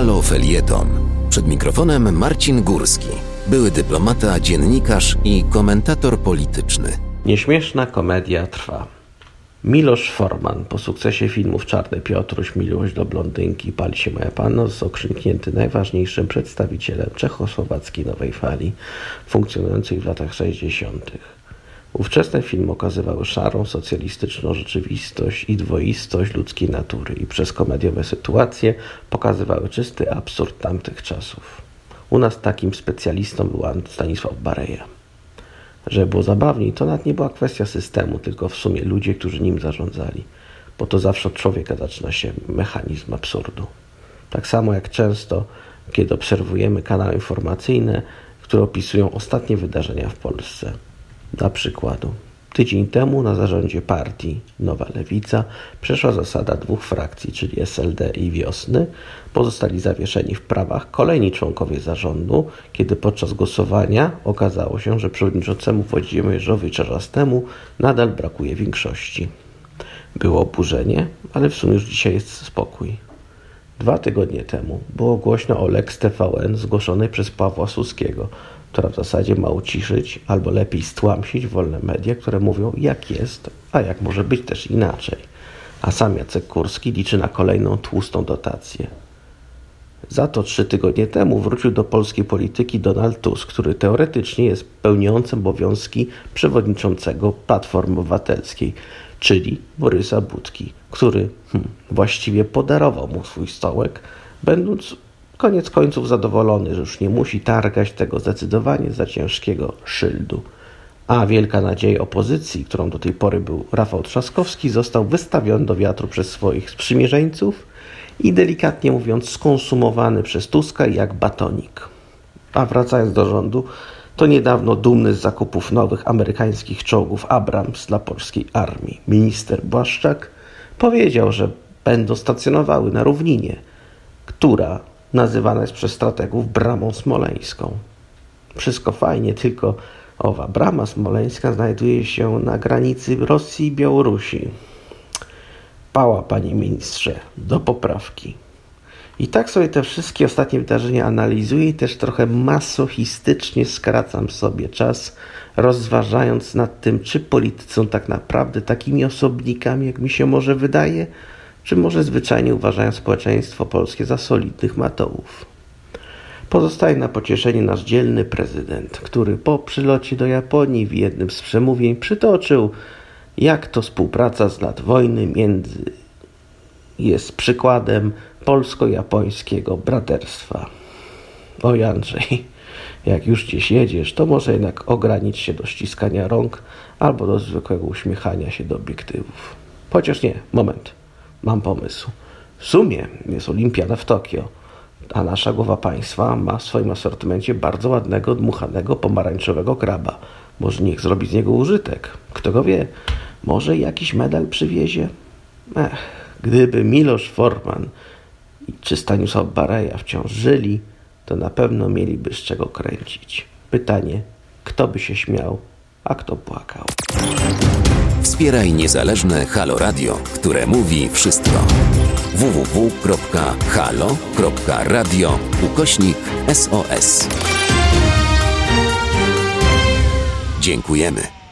Halo Felieton. Przed mikrofonem Marcin Górski, były dyplomata, dziennikarz i komentator polityczny. Nieśmieszna komedia trwa. Miloš Forman po sukcesie filmów Czarny Piotruś, Miłość do blondynki, Pali się moja panno został okrzyknięty najważniejszym przedstawicielem czechosłowackiej nowej fali funkcjonującej w latach 60. Ówczesne filmy okazywały szarą, socjalistyczną rzeczywistość i dwoistość ludzkiej natury i przez komediowe sytuacje pokazywały czysty absurd tamtych czasów. U nas takim specjalistą był Stanisław Bareja. Żeby było zabawniej, to nawet nie była kwestia systemu, tylko w sumie ludzie, którzy nim zarządzali. Bo to zawsze od człowieka zaczyna się mechanizm absurdu. Tak samo jak często, kiedy obserwujemy kanały informacyjne, które opisują ostatnie wydarzenia w Polsce. Dla przykładu, tydzień temu na zarządzie partii Nowa Lewica przeszła zasada dwóch frakcji, czyli SLD i Wiosny. Pozostali zawieszeni w prawach kolejni członkowie zarządu, kiedy podczas głosowania okazało się, że przewodniczącemu Włodzimierzowi Czarzastemu nadal brakuje większości. Było oburzenie, ale w sumie już dzisiaj jest spokój. 2 tygodnie temu było głośno o Lex TVN zgłoszonej przez Pawła Suskiego, która w zasadzie ma uciszyć albo lepiej stłamsić wolne media, które mówią jak jest, a jak może być też inaczej. A sam Jacek Kurski liczy na kolejną tłustą dotację. Za to 3 tygodnie temu wrócił do polskiej polityki Donald Tusk, który teoretycznie jest pełniącym obowiązki przewodniczącego Platformy Obywatelskiej, czyli Borysa Budki, który właściwie podarował mu swój stołek, będąc koniec końców zadowolony, że już nie musi targać tego zdecydowanie za ciężkiego szyldu. A wielka nadzieja opozycji, którą do tej pory był Rafał Trzaskowski, został wystawiony do wiatru przez swoich sprzymierzeńców i delikatnie mówiąc skonsumowany przez Tuska jak batonik. A wracając do rządu, to niedawno dumny z zakupów nowych amerykańskich czołgów Abrams dla polskiej armii minister Błaszczak powiedział, że będą stacjonowały na równinie, która nazywana jest przez strategów bramą smoleńską. Wszystko fajnie, tylko owa brama smoleńska znajduje się na granicy Rosji i Białorusi. Pała, panie ministrze, do poprawki. I tak sobie te wszystkie ostatnie wydarzenia analizuję i też trochę masochistycznie skracam sobie czas, rozważając nad tym, czy politycy są tak naprawdę takimi osobnikami, jak mi się może wydaje, czy może zwyczajnie uważają społeczeństwo polskie za solidnych matołów. Pozostaje na pocieszenie nasz dzielny prezydent, który po przylocie do Japonii w jednym z przemówień przytoczył, jak to współpraca z lat wojny jest przykładem polsko-japońskiego braterstwa. Oj Andrzej, jak już gdzieś jedziesz, to może jednak ogranicz się do ściskania rąk albo do zwykłego uśmiechania się do obiektywów. Chociaż nie, moment. Mam pomysł. W sumie jest olimpiada w Tokio, a nasza głowa państwa ma w swoim asortymencie bardzo ładnego, dmuchanego, pomarańczowego kraba. Może niech zrobi z niego użytek. Kto go wie? Może jakiś medal przywiezie? Gdyby Miloš Forman czy Stanisław Bareja wciąż żyli, to na pewno mieliby z czego kręcić. Pytanie, kto by się śmiał, a kto płakał? Wspieraj niezależne Halo Radio, które mówi wszystko. www.halo.radio/SOS. Dziękujemy.